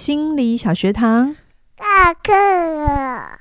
心理小学堂下课了。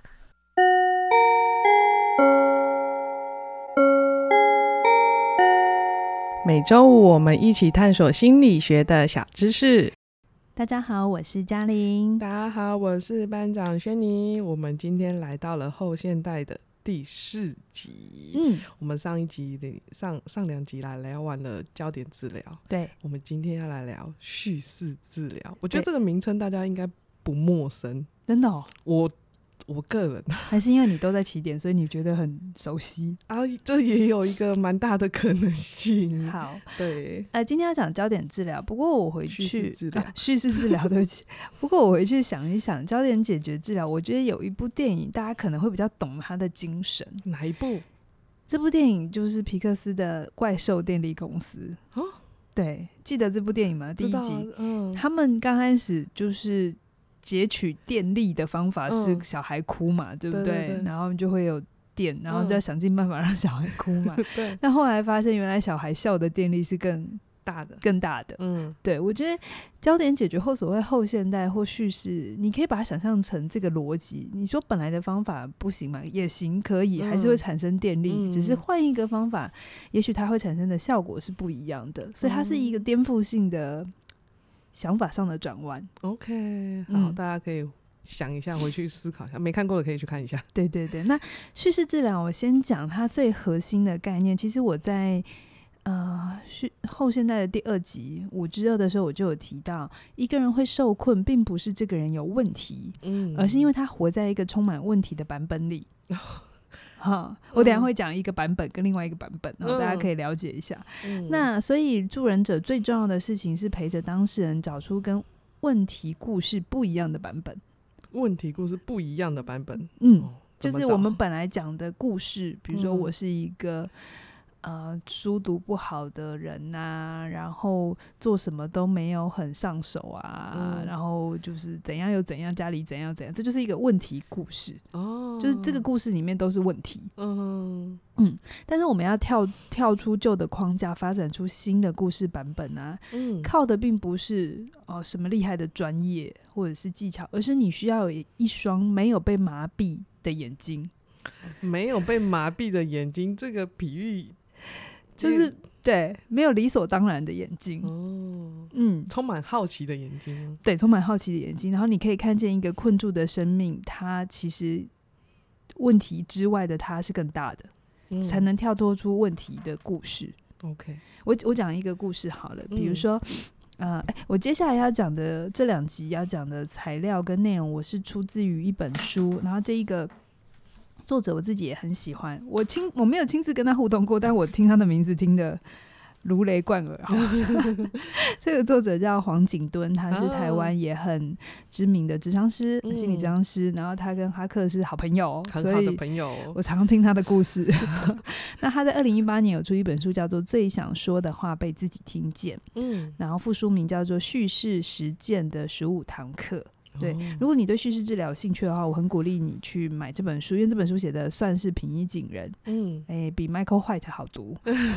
每周五我们一起探索心理学的小知识。 大家好，我是嘉玲。 大家好，我是班长轩妮。我们今天来到了后现代的第4集。我们上一集上两集聊完了焦点治疗， 对， 我们今天要来聊叙事治疗。我觉得这个名称大家应该不陌生。 真的哦？ 我个人还是因为你都在起点，所以你觉得很熟悉啊，这也有一个蛮大的可能性。 好， 对， 今天要讲焦点治疗，不过我回去叙事治疗， 叙事治疗对不起。不过我回去想一想，焦点解决治疗，我觉得有一部电影大家可能会比较懂它的精神。 哪一部？ 这部电影就是皮克斯的《怪兽电力公司》哦。对，记得这部电影吗？第一集，他们刚开始就是截取电力的方法是小孩哭嘛，对不 对？然后就会有电，然后就要想尽办法让小孩哭嘛。对。但后来发现，原来小孩笑的电力是更大的。对，我觉得焦点解决或所谓后现代或叙事，你可以把它想象成这个逻辑。你说本来的方法不行嘛？也行，可以，还是会产生电力，只是换一个方法，也许它会产生的效果是不一样的。所以它是一个颠覆性的想法上的转弯。 OK， 好，大家可以想一下，回去思考一下，没看过的可以去看一下。 对对对，那叙事治疗我先讲它最核心的概念。其实我在后现代的第2集5之2的时候，我就有提到，一个人会受困并不是这个人有问题，而是因为他活在一个充满问题的版本里。我等一下会讲一个版本跟另外一个版本，然后大家可以了解一下。那所以助人者最重要的事情是陪着当事人找出跟问题故事不一样的版本。 问题故事不一样的版本， 就是我们本来讲的故事，比如说我是一个书读不好的人啊，然后做什么都没有很上手啊，然后就是怎样又怎样，家里怎样怎样，这就是一个问题故事。就是这个故事里面都是问题。但是我们要跳出旧的框架，发展出新的故事版本啊。靠的并不是什么厉害的专业或者是技巧，而是你需要有一双没有被麻痹的眼睛。 没有被麻痹的眼睛，这个比喻就是对，没有理所当然的眼睛。 充满好奇的眼睛。 对，充满好奇的眼睛，然后你可以看见一个困住的生命，它其实问题之外的它是更大的，才能跳脱出问题的故事。 OK， 我讲一个故事好了，比如说我接下来要讲的这2集要讲的材料跟内容，我是出自于一本书，然后这一个作者我自己也很喜欢，我没有亲自跟他互动过，但我听他的名字听得如雷贯耳。这个作者叫黄景敦，他是台湾也很知名的諮商师、心理諮商师，然后他跟哈克是好朋友， 很好的朋友， 我常听他的故事。那他在2018年有出一本书叫做《最想说的话被自己听见》，然后副书名叫做《叙事实践的15堂课》。对，如果你对叙事治疗有兴趣的话，我很鼓励你去买这本书，因为这本书写的算是平易近人，比 Michael White 好读。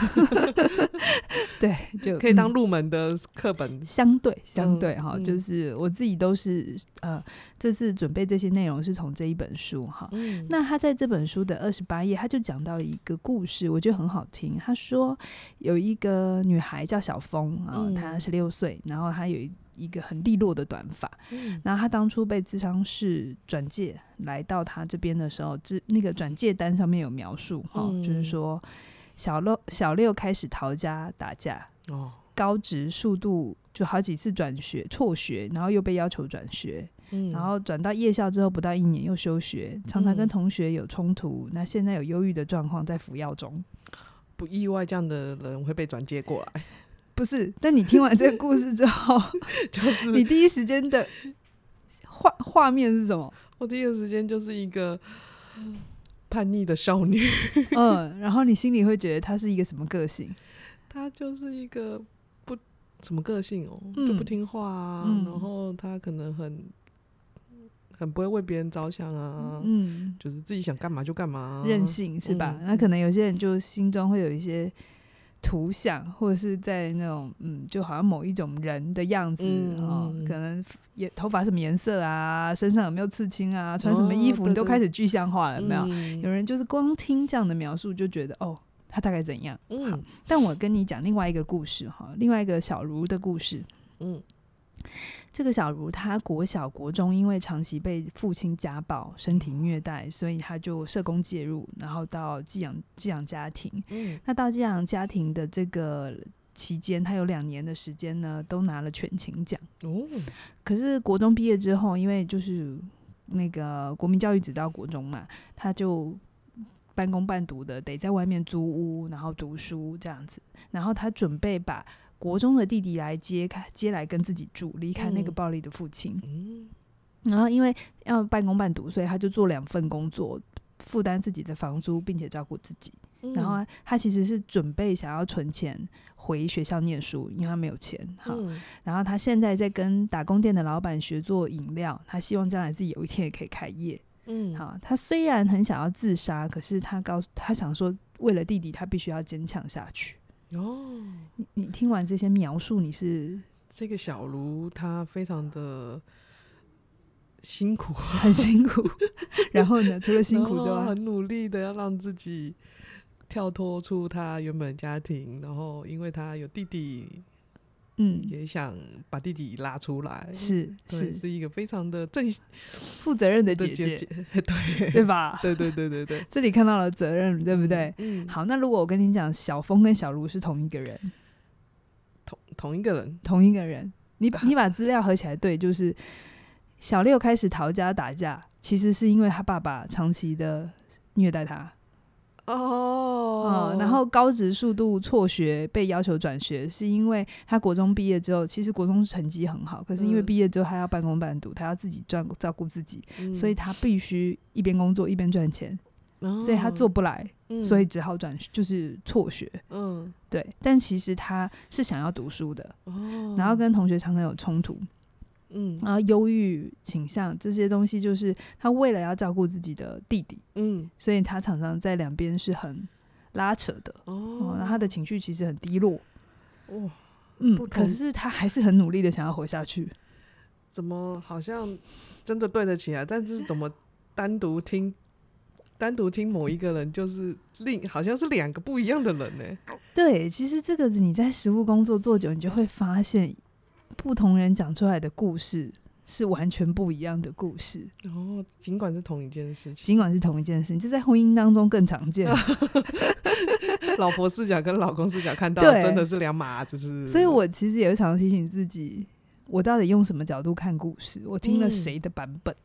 对，就可以当入门的课本。 相对就是我自己都是这次准备这些内容是从这一本书哈。那他在这本书的28页，他就讲到一个故事，我觉得很好听。他说有一个女孩叫小峰她16岁，然后她有一个很利落的短发，然后他当初被諮商室转介来到他这边的时候，那个转介单上面有描述，就是说小六开始逃家打架，高职速度就好几次转学辍学，然后又被要求转学，然后转到夜校之后不到1年又休学，常常跟同学有冲突，那现在有忧郁的状况，在服药中。 不意外这样的人会被转接过来。 不是，但你听完这个故事之后就是你第一时间的画面是什么？ 我第一个时间就是一个叛逆的少女。 然后你心里会觉得她是一个什么个性？ 她就是一个什么个性就不听话啊，然后她可能很不会为别人着想啊，就是自己想干嘛就干嘛， 任性是吧？那可能有些人就心中会有一些图像，或者是在那种就好像某一种人的样子可能头发什么颜色啊，身上有没有刺青啊，穿什么衣服，你都开始具象化了，有没有？有人就是光听这样的描述就觉得他大概怎样。好，但我跟你讲另外一个故事另外一个小茹的故事。这个小茹她国小国中因为长期被父亲家暴身体虐待，所以她就社工介入，然后到寄养家庭。那到寄养家庭的这个期间，她有2年的时间呢都拿了全勤奖。可是国中毕业之后，因为就是那个国民教育只到国中嘛，她就半工半读的得在外面租屋然后读书这样子。然后她准备把国中的弟弟来接来跟自己住，离开那个暴力的父亲。然后因为要半工半读，所以他就做2份工作，负担自己的房租并且照顾自己。然后他其实是准备想要存钱回学校念书，因为他没有钱。然后他现在在跟打工店的老板学做饮料，他希望将来自己有一天也可以开业。好，他虽然很想要自杀，可是他想说为了弟弟他必须要坚强下去。你听完这些描述，你是这个小茹她非常的辛苦， 很辛苦。然后呢，除了辛苦之外， 很努力的要让自己跳脱出她原本的家庭，然后因为她有弟弟，也想把弟弟拉出来。是一个非常的负责任的姐姐，对吧？ 对， 这里看到了责任，对不对？好，那如果我跟你讲，小峰跟小茹是同一个人， 同一个人， 同一个人，你把资料合起来，对，就是小六开始逃家打架，其实是因为他爸爸长期的虐待他。然后高职速度辍学被要求转学，是因为他国中毕业之后，其实国中成绩很好，可是因为毕业之后他要半工半读，他要自己照顾自己，所以他必须一边工作一边赚钱，所以他做不来，所以只好就是辍学。对，但其实他是想要读书的，然后跟同学常常有冲突。然后忧郁倾向这些东西，就是他为了要照顾自己的弟弟，所以他常常在2边是很拉扯的。然后他的情绪其实很低落。可是他还是很努力的想要活下去。 怎么好像真的对得起来，但是怎么单独听某一个人，就是好像是2个不一样的人呢？ 对，其实这个你在实务工作做久，你就会发现不同人讲出来的故事是完全不一样的故事。 尽管是同一件事情， 这在婚姻当中更常见。 老婆视角跟老公视角看到真的是2码子。 所以我其实也常提醒自己，我到底用什么角度看故事，我听了谁的版本。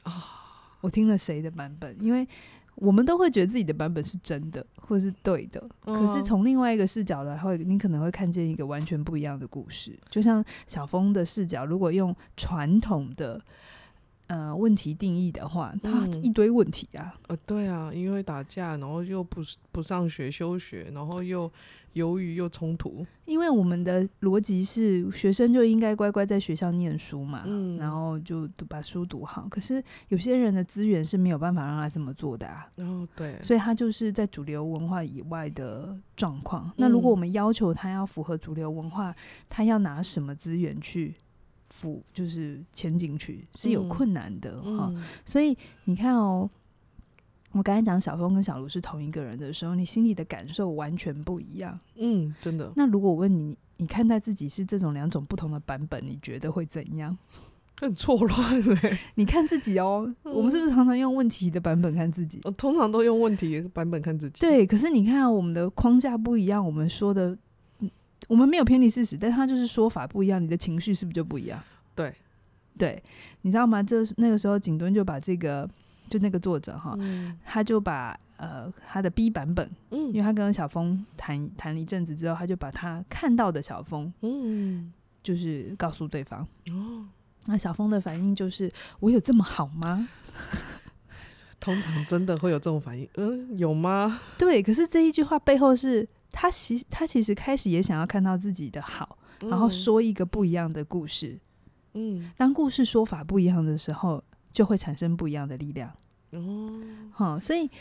因为我们都会觉得自己的版本是真的或是对的，可是从另外一个视角来会，你可能会看见一个完全不一样的故事。就像小峰的视角，如果用传统的问题定义的话，他一堆问题啊。 对啊，因为打架，然后又不上学休学，然后又忧郁又冲突。因为我们的逻辑是学生就应该乖乖在学校念书嘛，然后就把书读好。可是有些人的资源是没有办法让他这么做的啊。 对， 所以他就是在主流文化以外的状况。那如果我们要求他要符合主流文化，他要拿什么资源去就是牵进去是有困难的。所以你看我刚才讲小峰跟小茹是同一个人的时候，你心里的感受完全不一样。 真的。 那如果我问你，你看待自己是这种2种不同的版本，你觉得会怎样？ 很错乱欸。 你看自己我们是不是常常用问题的版本看自己？ 我通常都用问题的版本看自己。 对，可是你看我们的框架不一样，我们说的我们没有偏离事实，但他就是说法不一样，你的情绪是不是就不一样？对，你知道吗？那个时候景敦就把就那个作者他就把他的 B 版本，因为他跟小峰谈了一阵子之后，他就把他看到的小峰，就是告诉对方。那小峰的反应就是：我有这么好吗？ 通常真的会有这种反应。有吗？ 对，可是这一句话背后是他其实开始也想要看到自己的好，然后说一个不一样的故事。当故事说法不一样的时候，就会产生不一样的力量。所以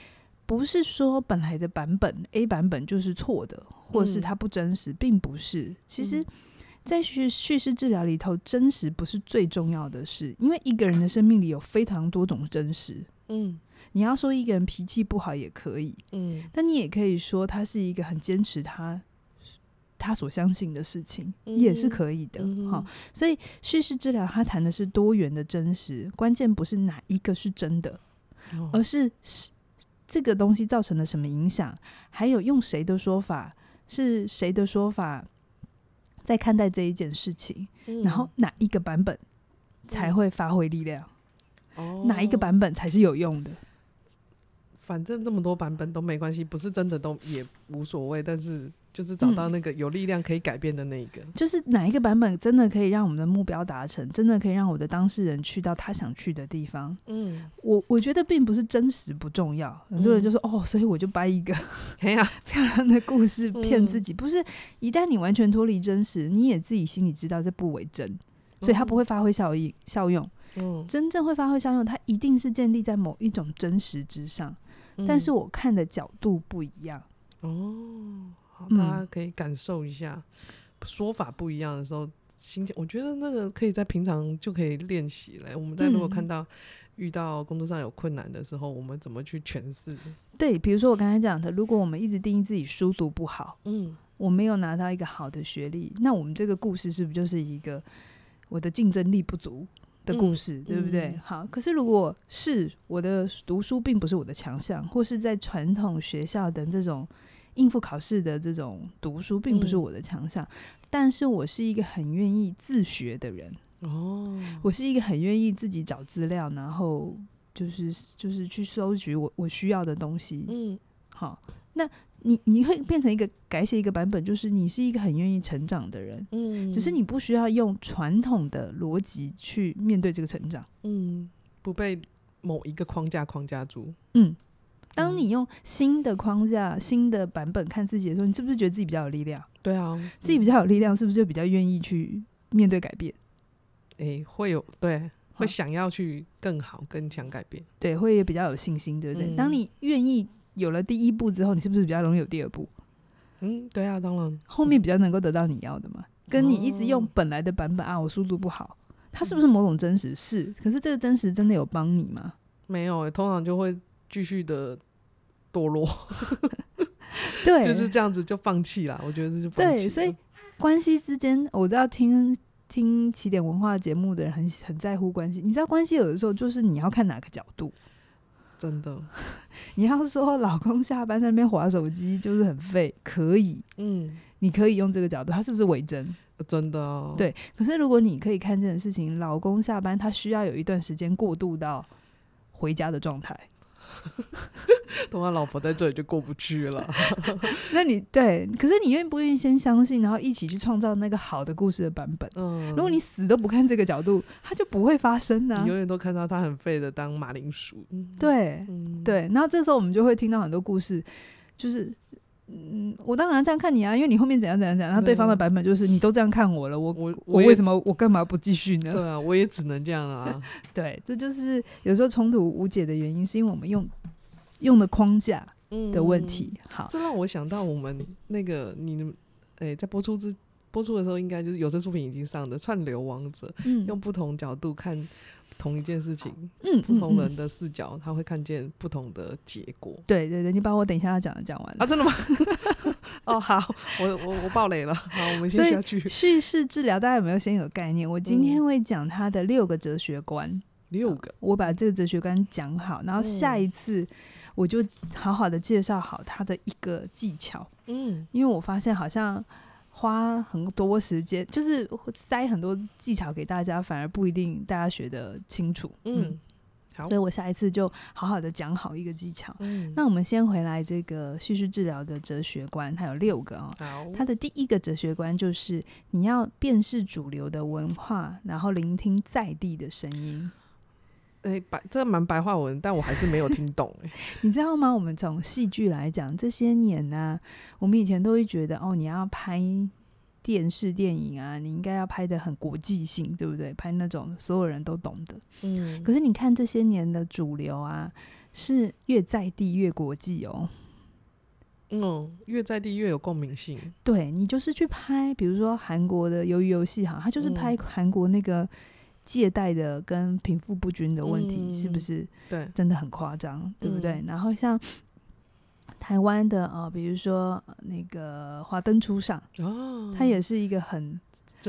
不是说本来的版本 A 版本就是错的，或是它不真实，并不是。其实在叙事治疗里头，真实不是最重要的事，因为一个人的生命里有非常多种真实。你要说一个人脾气不好也可以，但你也可以说他是一个很坚持他所相信的事情，也是可以的。所以叙事治疗它谈的是多元的真实，关键不是哪一个是真的，而是这个东西造成了什么影响，还有用谁的说法，是谁的说法在看待这一件事情，然后哪一个版本才会发挥力量，哪一个版本才是有用的。 反正这么多版本都没关系，不是真的都也无所谓，但是就是找到那个有力量可以改变的那一个， 就是哪一个版本真的可以让我们的目标达成，真的可以让我的当事人去到他想去的地方。我觉得并不是真实不重要，很多人就说所以我就掰一个漂亮的故事骗自己，不是。一旦你完全脱离真实，你也自己心里知道这不为真，所以它不会发挥效用。真正会发挥效用，它一定是建立在某一种真实之上，但是我看的角度不一样。 好，大家可以感受一下，说法不一样的时候心情，我觉得那个可以在平常就可以练习了。我们在如果看到遇到工作上有困难的时候，我们怎么去诠释？对， 比如说我刚才讲的，如果我们一直定义自己书读不好，我没有拿到一个好的学历，那我们这个故事是不是就是一个我的竞争力不足的故事，对不对？好，可是如果是我的读书并不是我的强项，或是在传统学校的这种应付考试的这种读书并不是我的强项，但是我是一个很愿意自学的人。我是一个很愿意自己找资料，然后就是去搜集我需要的东西。好，那你会变成一个改写一个版本，就是你是一个很愿意成长的人，只是你不需要用传统的逻辑去面对这个成长， 不被某一个框架住。 当你用新的框架、新的版本看自己的时候，你是不是觉得自己比较有力量？ 对啊， 自己比较有力量，是不是就比较愿意去面对改变？ 会有，对，会想要去更好、更强改变， 对，会比较有信心，对不对？当你愿意有了第一步之后，你是不是比较容易有第二步？ 对啊，当然， 后面比较能够得到你要的嘛。跟你一直用本来的版本我速度不好，它是不是某种真实？是，可是这个真实真的有帮你吗？ 没有，通常就会继续的堕落。 对， 就是这样子就放弃了。我觉得就放弃了。 对，所以关系之间，我知道听起点文化节目的人很在乎关系。你知道关系有的时候就是你要看哪个角度， 真的。 你要说老公下班在那边滑手机就是很废，可以，你可以用这个角度，他是不是伪真？ 真的哦。 对，可是如果你可以看见的事情，老公下班他需要有一段时间过渡到回家的状态。 等他老婆在这里就过不去了。 那你对，可是你愿不愿意先相信，然后一起去创造那个好的故事的版本？如果你死都不看这个角度，它就不会发生啊。 你永远都看到他很废的当马铃薯。 对，对，然后这时候我们就会听到很多故事，就是我当然这样看你啊，因为你后面怎样怎样怎样，然后对方的版本就是你都这样看我了，我为什么我干嘛不继续呢？ 对啊，我也只能这样啊。 对，这就是有时候冲突无解的原因，是因为我们用的框架的问题。好， 这让我想到我们那个在播出的时候，应该就是有声书评已经上的《串流王者》，用不同角度看同一件事情，不同人的视角，他会看见不同的结果。 对对对，你把我等一下要讲的讲完了啊？真的吗？哦，好，我爆雷了。好，我们先下去。 叙事治疗大家有没有先有概念？我今天会讲他的6个哲学观。 6个， 我把这个哲学观讲好，然后下一次我就好好的介绍好他的一个技巧。因为我发现好像花很多时间，就是塞很多技巧给大家，反而不一定大家学得清楚。好，所以我下一次就好好的讲好一个技巧。那我们先回来这个叙事治疗的哲学观，它有6个哦。它的第一个哲学观就是你要辨识主流的文化，然后聆听在地的声音。 这蛮白话文，但我还是没有听懂。 你知道吗？我们从戏剧来讲，这些年啊，我们以前都会觉得你要拍电视电影啊，你应该要拍得很国际性，对不对？拍那种所有人都懂的。可是你看这些年的主流啊， 是越在地越国际哦。 越在地越有共鸣性。 对，你就是去拍比如说韩国的鱿鱼游戏哈，它就是拍韩国那个借贷的跟贫富不均的问题，是不是对真的很夸张，对不对？然后像台湾的比如说那个华灯初上，它也是一个很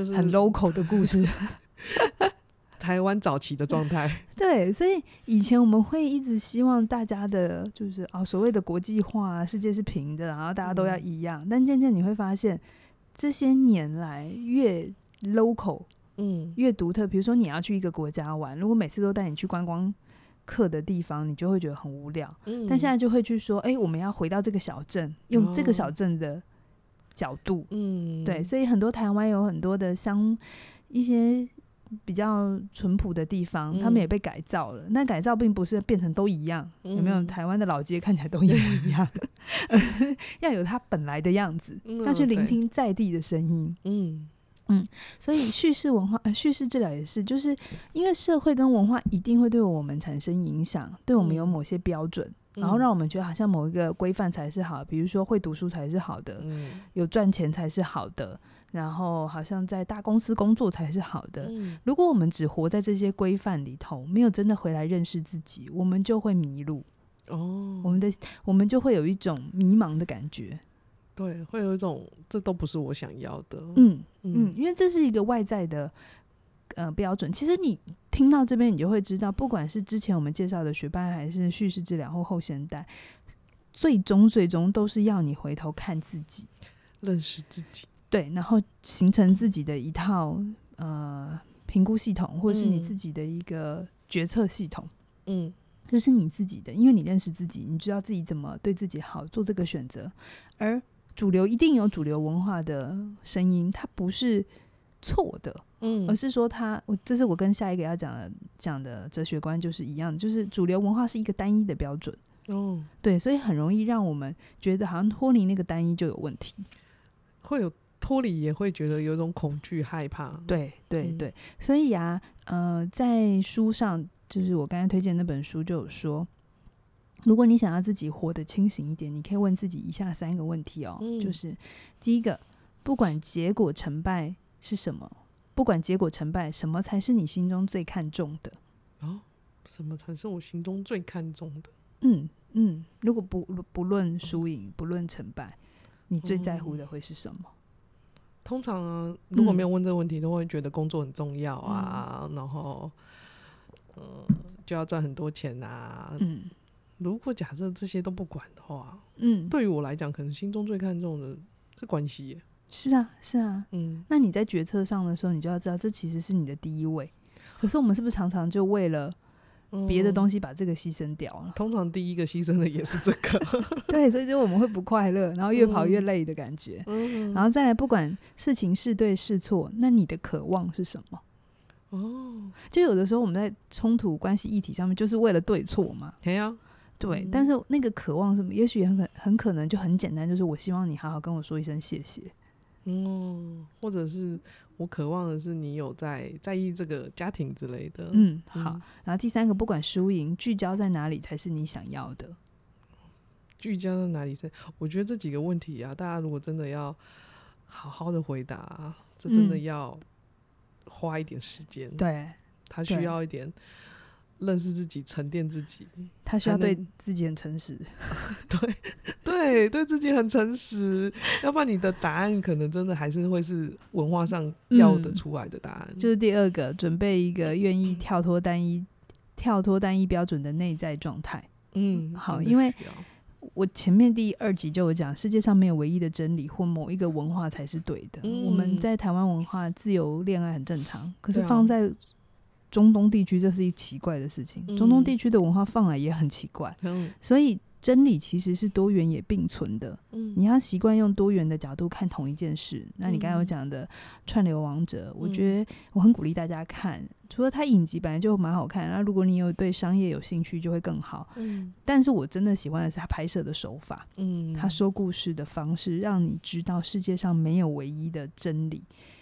local 的故事台湾早期的状态对，所以以前我们会一直希望大家的就是所谓的国际化，世界是平的，然后大家都要一样，但渐渐你会发现这些年来越 local越独特。比如说你要去一个国家玩，如果每次都带你去观光客的地方，你就会觉得很无聊，但现在就会去说我们要回到这个小镇，用这个小镇的角度对，所以很多台湾有很多的一些比较淳朴的地方，他们也被改造了。那改造并不是变成都一样，有没有？台湾的老街看起来都一样要有它本来的样子，要去聆听在地的声音。所以叙事文化叙事治疗也是，就是因为社会跟文化一定会对我们产生影响，对我们有某些标准，然后让我们觉得好像某一个规范才是好，比如说会读书才是好的，有赚钱才是好的，然后好像在大公司工作才是好的。如果我们只活在这些规范里头，没有真的回来认识自己，我们就会迷路我们就会有一种迷茫的感觉。 对，会有一种这都不是我想要的。 因为这是一个外在的标准。其实你听到这边，你就会知道，不管是之前我们介绍的学班，还是叙事治疗或后现代，最终都是要你回头看自己， 认识自己。对， 然后形成自己的一套评估系统，或者是你自己的一个决策系统。这是你自己的，因为你认识自己，你知道自己怎么对自己好，做这个选择。而主流一定有主流文化的声音，它不是错的，而是说这是我跟下一个要讲的哲学观就是一样的，就是主流文化是一个单一的标准。对，所以很容易让我们觉得好像脱离那个单一就有问题， 会有脱离，也会觉得有种恐惧害怕。 对，所以在书上，就是我刚才推荐那本书就有说，如果你想要自己活得清醒一点，你可以问自己以下3个问题就是第一个，不管结果成败是什么，不管结果成败，什么才是你心中最看重的？ 什么才是我心中最看重的？ 如果不论输赢，不论成败，你最在乎的会是什么？ 通常如果没有问这个问题，都会觉得工作很重要啊，然后就要赚很多钱啊。如果假设这些都不管的话，对于我来讲，可能心中最看重的是关系耶。 是啊，那你在决策上的时候，你就要知道，这其实是你的第一位。可是我们是不是常常就为了别的东西把这个牺牲掉了？ 通常第一个牺牲的也是这个对，所以就我们会不快乐，然后越跑越累的感觉。然后再来，不管事情是对是错，那你的渴望是什么？就有的时候我们在冲突关系议题上面，就是为了对错嘛。对，但是那个渴望什么，也许很可能就很简单，就是我希望你好好跟我说一声谢谢。 或者是我渴望的是你有在意这个家庭之类的。 好。然后第3个，不管输赢，聚焦在哪里才是你想要的？ 聚焦在哪里？我觉得这几个问题大家如果真的要好好的回答，这真的要花一点时间。 对， 他需要一点认识自己，沉淀自己， 他需要对自己很诚实对自己很诚实，要不然你的答案可能真的还是会是文化上要得出来的答案。 就是第2个，准备一个愿意跳脱单一标准的内在状态。好，因为我前面第2集就有讲，世界上没有唯一的真理或某一个文化才是对的。我们在台湾文化自由恋爱很正常，可是放在中东地区这是一奇怪的事情。中东地区的文化放来也很奇怪。所以真理其实是多元也并存的。你要习惯用多元的角度看同一件事。那你刚才有讲的串流王者，我觉得我很鼓励大家看，除了它影集本来就蛮好看，那如果你有对商业有兴趣就会更好。但是我真的喜欢的是他拍摄的手法，他说故事的方式，让你知道世界上没有唯一的真理。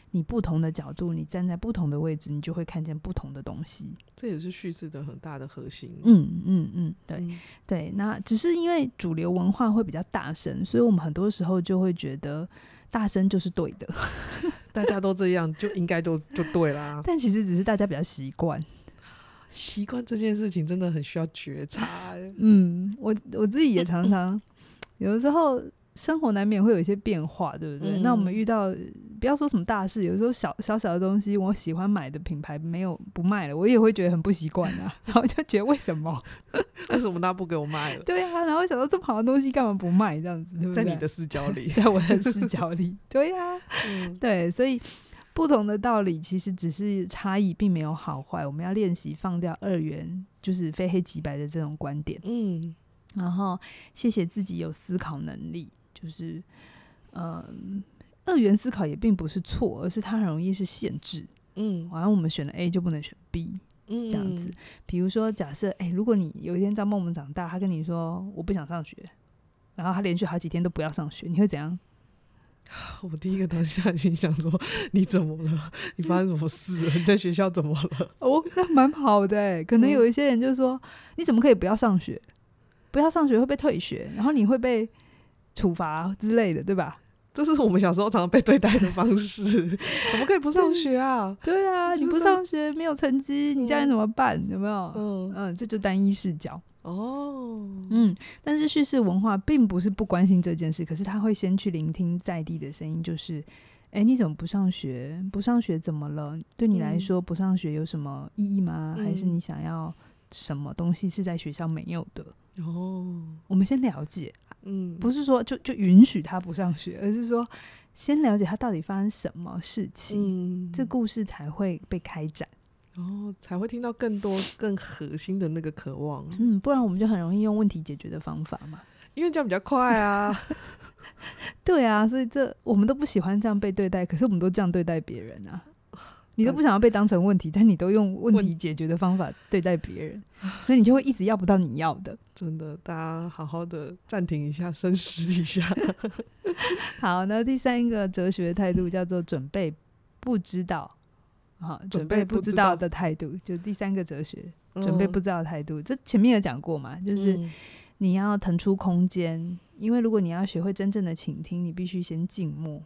你不同的角度，你站在不同的位置，你就会看见不同的东西。 这也是叙事的很大的核心。 对对。那只是因为主流文化会比较大声，所以我们很多时候就会觉得大声就是对的， 大家都这样就应该就对啦。 但其实只是大家比较习惯。 习惯这件事情真的很需要觉察。 我自己也常常有的时候生活难免会有一些变化，对不对？那我们遇到不要说什么大事，有时候小的东西，我喜欢买的品牌不卖了，我也会觉得很不习惯啊。然后就觉得为什么他不给我卖了？ 对啊，然后想到这么好的东西干嘛不卖，这样子，对不对？ 在你的视角里， 在我的视角里，对啊，对，所以不同的道理其实只是差异，并没有好坏。我们要练习放掉二元，就是非黑即白的这种观点。然后谢谢自己有思考能力，就是二元思考也并不是错，而是它很容易是限制。好像我们选了 A 就不能选 B，这样子。比如说假设如果你有一天张梦梦长大，他跟你说我不想上学，然后他连续好几天都不要上学，你会怎样？ 我第一个当下心想说你怎么了？你发生什么事了？你在学校怎么了？ 那蛮好的可能有一些人就说你怎么可以不要上学？不要上学会被退学，然后你会被处罚之类的，对吧？ 这是我们小时候常常被对待的方式。怎么可以不上学啊？ 对啊，你不上学没有成绩，你家人怎么办？有没有？这就单一视角。但是叙事文化并不是不关心这件事，可是他会先去聆听在地的声音，就是你怎么不上学？不上学怎么了？对你来说不上学有什么意义吗？还是你想要什么东西是在学校没有的？我们先了解，不是说就允许他不上学，而是说先了解他到底发生什么事情，这故事才会被开展。 才会听到更多更核心的那个渴望。 不然我们就很容易用问题解决的方法嘛， 因为这样比较快啊。 对啊，所以我们都不喜欢这样被对待，可是我们都这样对待别人啊。你都不想要被当成问题，但你都用问题解决的方法对待别人，所以你就会一直要不到你要的。 真的，大家好好的暂停一下，深思一下。 好，那第三个哲学态度叫做准备不知道。准备不知道的态度，就第三个哲学，准备不知道的态度。这前面有讲过嘛，就是你要腾出空间，因为如果你要学会真正的倾听，你必须先静默。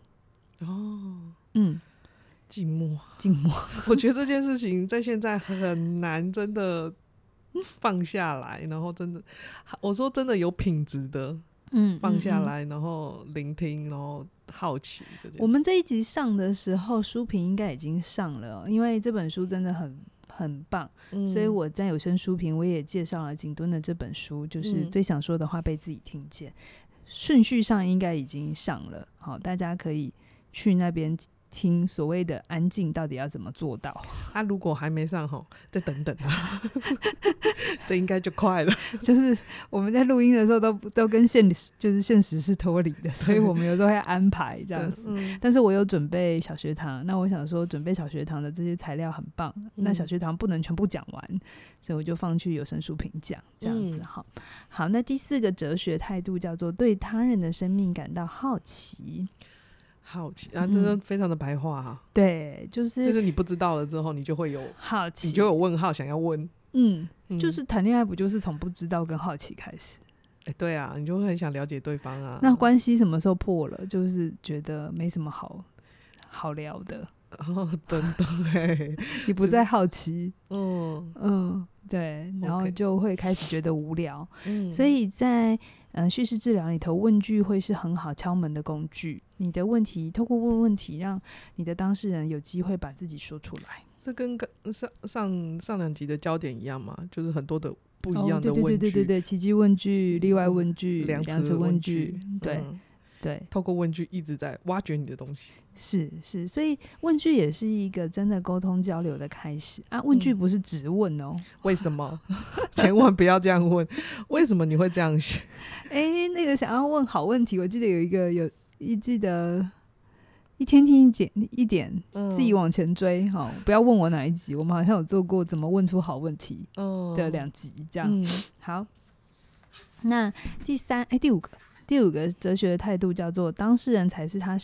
静默。我觉得这件事情在现在很难真的放下来，然后真的，我说真的有品质的放下来，然后聆听，然后好奇这件事。 我们这一集上的时候书评应该已经上了，因为这本书真的很棒，所以我在有声书评我也介绍了景敦的这本书，就是最想说的话被自己听见，顺序上应该已经上了。好，大家可以去那边听所谓的安静到底要怎么做到。 如果还没上再等等啊。这应该就快了。 就是我们在录音的时候都跟现实是脱离的，所以我们有时候会安排这样子。但是我有准备小学堂，那我想说准备小学堂的这些材料很棒，那小学堂不能全部讲完，所以我就放去有声书评讲这样子。好，那第四个哲学态度叫做对他人的生命感到好奇。 这个非常的白话对，就是你不知道了之后，你就会有好奇， 你就有问号想要问。 就是谈恋爱不就是从不知道跟好奇开始？ 对啊，你就会很想了解对方啊。 那关系什么时候破了？就是觉得没什么好聊的。 真的你不再好奇，对，然后就会开始觉得无聊。所以在叙事治疗里头，问句会是很好敲门的工具。你的问题，透过问问题，让你的当事人有机会把自己说出来。 这跟上两集的焦点一样嘛，就是很多的不一样的问句。 对，奇迹问句、例外问句、量词问句，对， 透过问句一直在挖掘你的东西。 是，所以问句也是一个真的沟通交流的开始啊。问句不是直问为什么？千万不要这样问。为什么你会这样想？ 那个想要问好问题，我记得记得一天听一点，自己往前追。不要问我哪一集，我们好像有做过怎么问出好问题的2集这样。好，那第五个哲学的态度叫做当事人才是他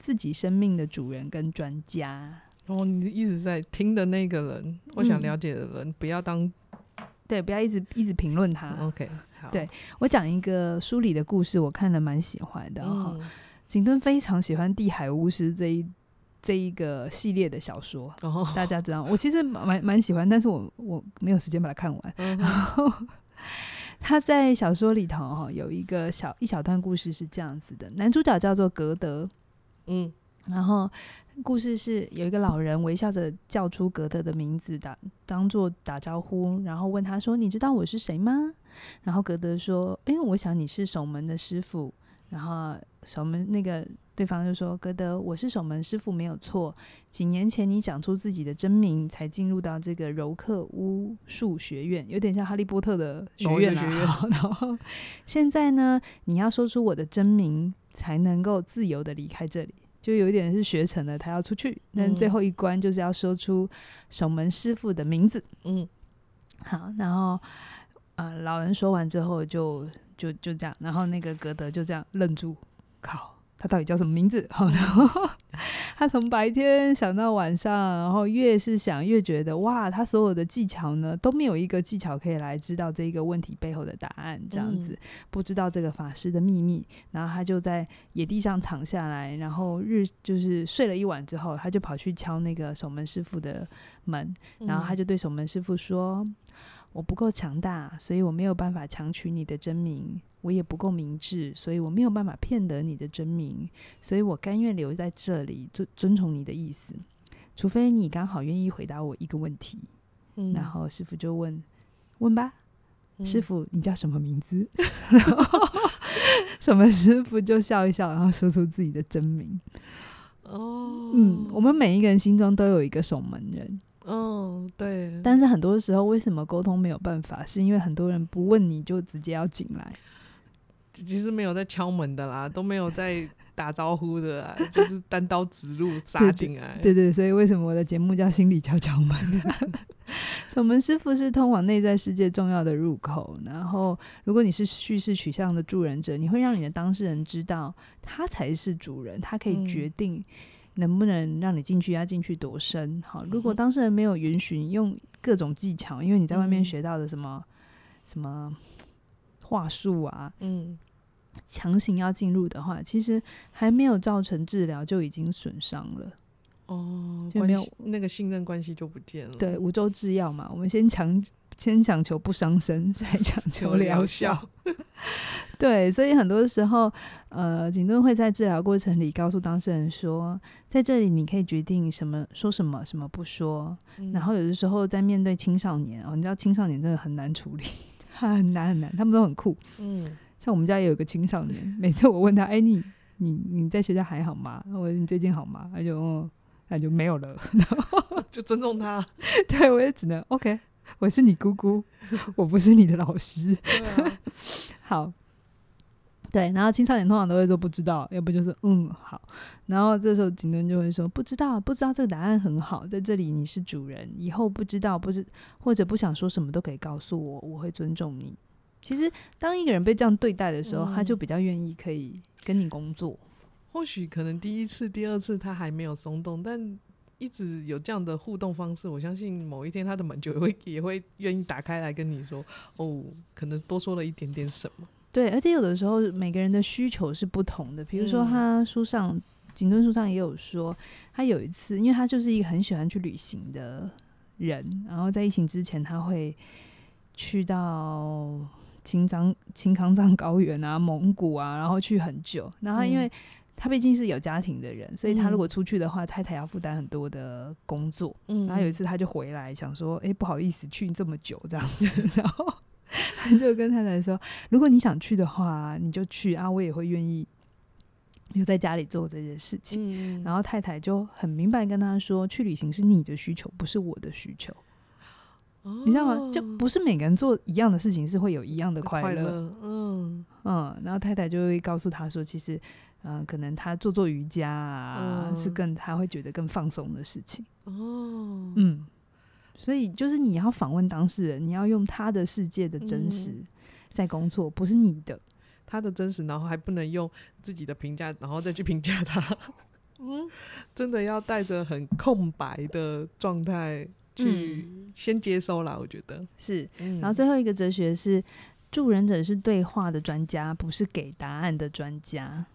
自己生命的主人跟专家。 你的意思是在听的那个人，我想了解的人，不要当对，不要一直评论他。 OK， 好， 对，我讲一个书里的故事，我看了蛮喜欢的景敦非常喜欢《地海巫师》这一个系列的小说，大家知道，我其实蛮喜欢，但是我没有时间把它看完。然后他在小说里头有一小段故事是这样子的，男主角叫做格德，然后故事是有一个老人微笑着叫出格德的名字，当作打招呼，然后问他说：“你知道我是谁吗？”然后格德说：“我想你是守门的师傅。”然后守门那个对方就说：“格德，我是守门师傅没有错。几年前你讲出自己的真名，才进入到这个柔克巫术学院，有点像哈利波特的学院然后现在呢，你要说出我的真名，才能够自由的离开这里。”就有一点是学成了，他要出去，但最后一关就是要说出守门师傅的名字。好，然后老人说完之后就这样，然后那个格德就这样愣住，靠，他到底叫什么名字？然后他从白天想到晚上，然后越是想越觉得哇，他所有的技巧呢都没有一个技巧可以来知道这个问题背后的答案，这样子不知道这个法师的秘密。然后他就在野地上躺下来，然后就是睡了一晚之后，他就跑去敲那个守门师傅的门，然后他就对守门师傅说：“我不够强大，所以我没有办法强取你的真名，我也不够明智，所以我没有办法骗得你的真名，所以我甘愿留在这里，遵从你的意思，除非你刚好愿意回答我一个问题。”然后师傅就问吧，师傅你叫什么名字？什么师傅就笑一笑，然后说出自己的真名。我们每一个人心中都有一个守门人。 对。 但是很多时候为什么沟通没有办法，是因为很多人不问你就直接要进来， 其实没有在敲门的啦，都没有在打招呼的啦，就是单刀直入杀进来。 对，所以为什么我的节目叫心理敲敲门？守门师傅是通往内在世界重要的入口，然后如果你是叙事取向的助人者，你会让你的当事人知道他才是主人，他可以决定能不能让你进去，要进去多深。好，如果当事人没有允许用各种技巧，因为你在外面学到的什么话术啊，强行要进入的话，其实还没有造成治疗就已经损伤了。就没有那个信任关系就不见了。 对，五洲制药嘛，我们先讲求不伤身，再讲求疗效。对，所以很多时候景敦会在治疗过程里告诉当事人说，在这里你可以决定什么说什么，什么不说。然后有的时候在面对青少年你知道青少年真的很难处理，很难，他们都很酷。像我们家也有一个青少年，每次我问他你在学校还好吗？我说你最近好吗？他就没有了。然后就尊重他。 对，我也只能 OK， 我是你姑姑，我不是你的老师。好，对，然后青少年通常都会说不知道，要不就是好。然后这时候景敦就会说不知道这个答案很好，在这里你是主人，以后不知道或者不想说什么都可以告诉我，我会尊重你。其实当一个人被这样对待的时候，他就比较愿意可以跟你工作。 或许可能第一次第二次他还没有松动，但一直有这样的互动方式，我相信某一天他的门就也会愿意打开来跟你说可能多说了一点点什么。 对，而且有的时候每个人的需求是不同的。比如说他景敦书上也有说，他有一次因为他就是一个很喜欢去旅行的人，然后在疫情之前他会去到青康藏高原啊、蒙古啊，然后去很久。然后因为他毕竟是有家庭的人，所以他如果出去的话，太太要负担很多的工作。然后有一次他就回来想说不好意思去这么久这样子，然后他就跟太太说，如果你想去的话你就去啊，我也会愿意留在家里做这些事情。然后太太就很明白跟他说，去旅行是你的需求，不是我的需求。你知道吗？就不是每个人做一样的事情是会有一样的快乐。然后太太就会告诉他说，其实可能他做瑜伽啊，是他会觉得更放松的事情。所以就是你要访问当事人，你要用他的世界的真实在工作，不是你的。 他的真实，然后还不能用自己的评价然后再去评价他。 真的要带着很空白的状态去先接收啦，我觉得是。然后最后一个哲学是，助人者是对话的专家，不是给答案的专家。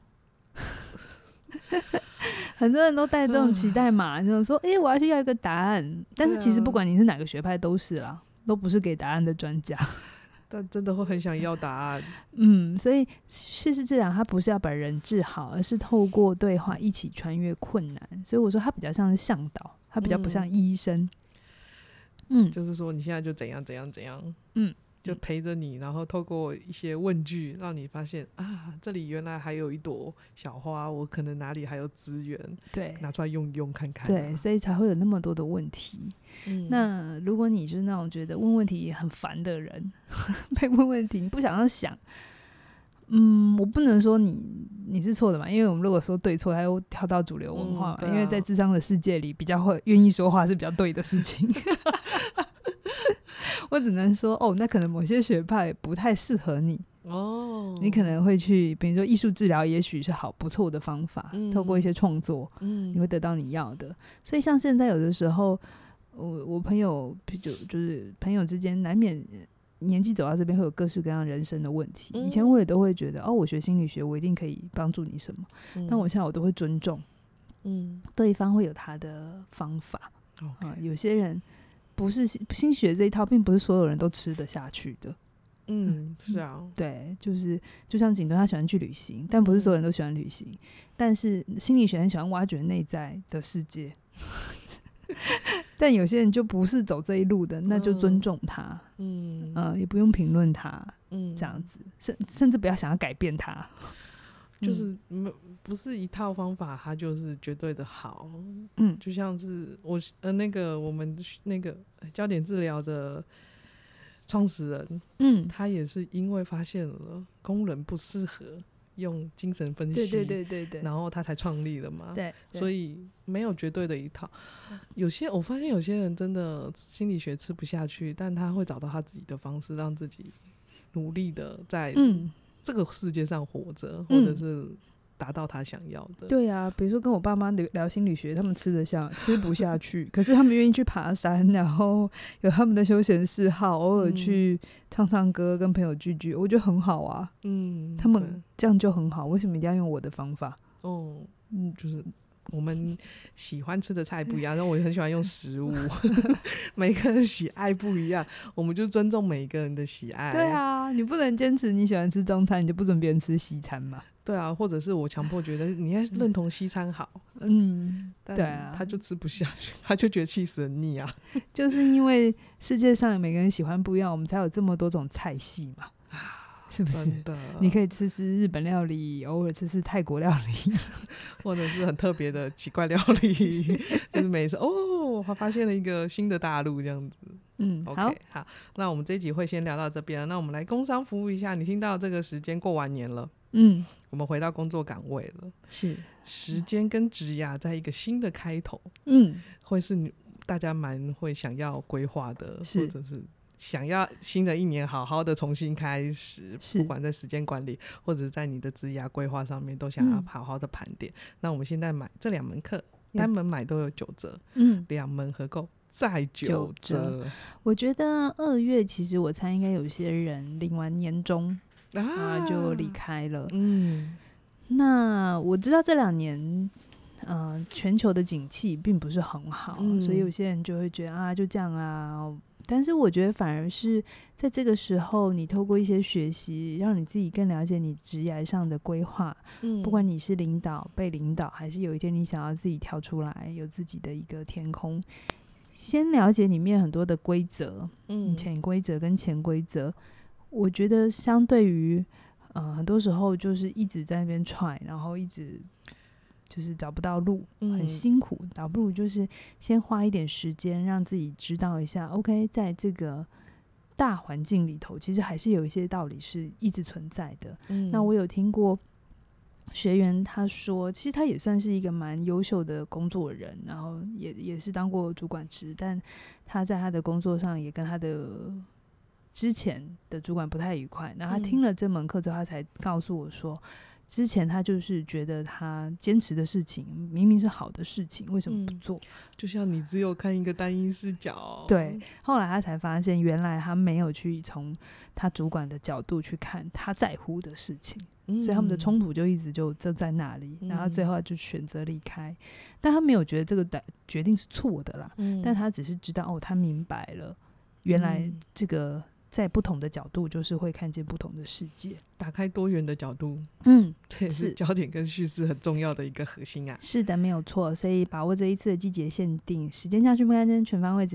很多人都带这种期待嘛，就是说我要去要一个答案，但是其实不管你是哪个学派都是啦，都不是给答案的专家。 但真的会很想要答案。 所以叙事治疗它不是要把人治好，而是透过对话一起穿越困难。所以我说它比较像是向导，它比较不像医生。 就是说你现在就怎样怎样怎样，就陪着你，然后透过一些问句让你发现啊，这里原来还有一朵小花，我可能哪里还有资源， 对， 拿出来用用看看。 对，所以才会有那么多的问题。那如果你就是那种觉得问问题很烦的人被问问题你不想要想，我不能说你是错的嘛，因为我们如果说对错，它又跳到主流文化嘛，因为在諮商的世界里，比较会愿意说话是比较对的事情。我只能说那可能某些学派不太适合你你可能会去比如说艺术治疗也许是不错的方法，透过一些创作你会得到你要的。所以像现在有的时候我朋友就是朋友之间难免年纪走到这边会有各式各样人生的问题，以前我也都会觉得我学心理学我一定可以帮助你什么，但我现在我都会尊重对方会有他的方法有些人不是心理学这一套并不是所有人都吃得下去的。 是啊， 对，就像景敦他喜欢去旅行，但不是所有人都喜欢旅行，但是心理学很喜欢挖掘内在的世界但有些人就不是走这一路的，那就尊重他也不用评论他这样子，甚至不要想要改变他， 就是不是一套方法它就是绝对的好。就像是我们那个焦点治疗的创始人他也是因为发现了工人不适合用精神分析，对，然后他才创立了嘛。对，所以没有绝对的一套。我发现有些人真的心理学吃不下去，但他会找到他自己的方式，让自己努力的在这个世界上活着，或者是达到他想要的。 对啊，比如说跟我爸妈聊心理学，他们吃不下去可是他们愿意去爬山，然后有他们的休闲嗜好，偶尔去唱唱歌，跟朋友聚聚，我觉得很好啊。他们这样就很好，为什么一定要用我的方法？ 就是我们喜欢吃的菜不一样，然后我很喜欢用食物每个人喜爱不一样，我们就尊重每一个人的喜爱。 对啊，你不能坚持你喜欢吃中餐，你就不准别人吃西餐嘛。 对啊，或者是我强迫觉得你要认同西餐好但他就吃不下去，他就觉得气死很腻啊。 就是因为世界上每个人喜欢不一样，我们才有这么多种菜系嘛，是不是？你可以吃日本料理，偶尔吃泰国料理或者是很特别的奇怪料理就是每次他发现了一个新的大陆这样子。OK， 好，那我们这一集会先聊到这边，那我们来工商服务一下。你听到这个时间过完年了我们回到工作岗位了，是时间跟职涯在一个新的开头会是大家蛮会想要规划的，或者是想要新的一年好好的重新开始，不管在时间管理或者在你的职涯规划上面都想要好好的盘点那我们现在买这2门课单门买都有9折2门合购再9折。 我觉得2月其实我猜应该有些人领完年终就离开了那我知道这2年全球的景气并不是很好所以有些人就会觉得就这样但是我觉得反而是在这个时候你透过一些学习让你自己更了解你职业上的规划不管你是领导被领导还是有一天你想要自己跳出来有自己的一个天空，先了解里面很多的规则潜规则跟潜规则，我觉得相对于很多时候就是一直在那边try然后一直就是找不到路很辛苦倒不如就是先花一点时间让自己知道一下 OK 在这个大环境里头其实还是有一些道理是一直存在的那我有听过学员他说其实他也算是一个蛮优秀的工作人然后也是当过主管职但他在他的工作上也跟他的之前的主管不太愉快然后他听了这门课之后他才告诉我说之前他就是觉得他坚持的事情明明是好的事情，为什么不做？ 就像你只有看一个单一视角。 对，后来他才发现原来他没有去从他主管的角度去看他在乎的事情，所以他们的冲突就一直就在那里，然后最后就选择离开。但他没有觉得这个决定是错的啦，但他只是知道他明白了原来这个在不同的角度就是会看见不同的世界， 打开多元的角度。这也是焦点跟叙事很重要的一个核心啊。 是的，没有错。所以把握这一次的季节限定，时间教训不干净，全方位职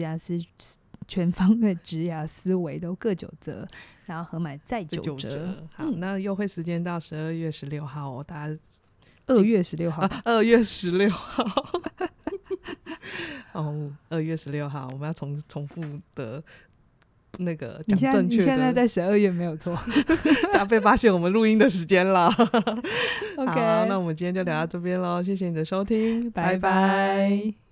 涯思维都各9折，然后合买再9折。 好，那优惠时间到12月16号哦，大家 2月16号 2月16号哦，2月16号我们要重复的那个讲正确的。 你现在在12月没有错大家被发现我们录音的时间了 OK， 好，那我们今天就聊到这边咯，谢谢你的收听， 拜拜。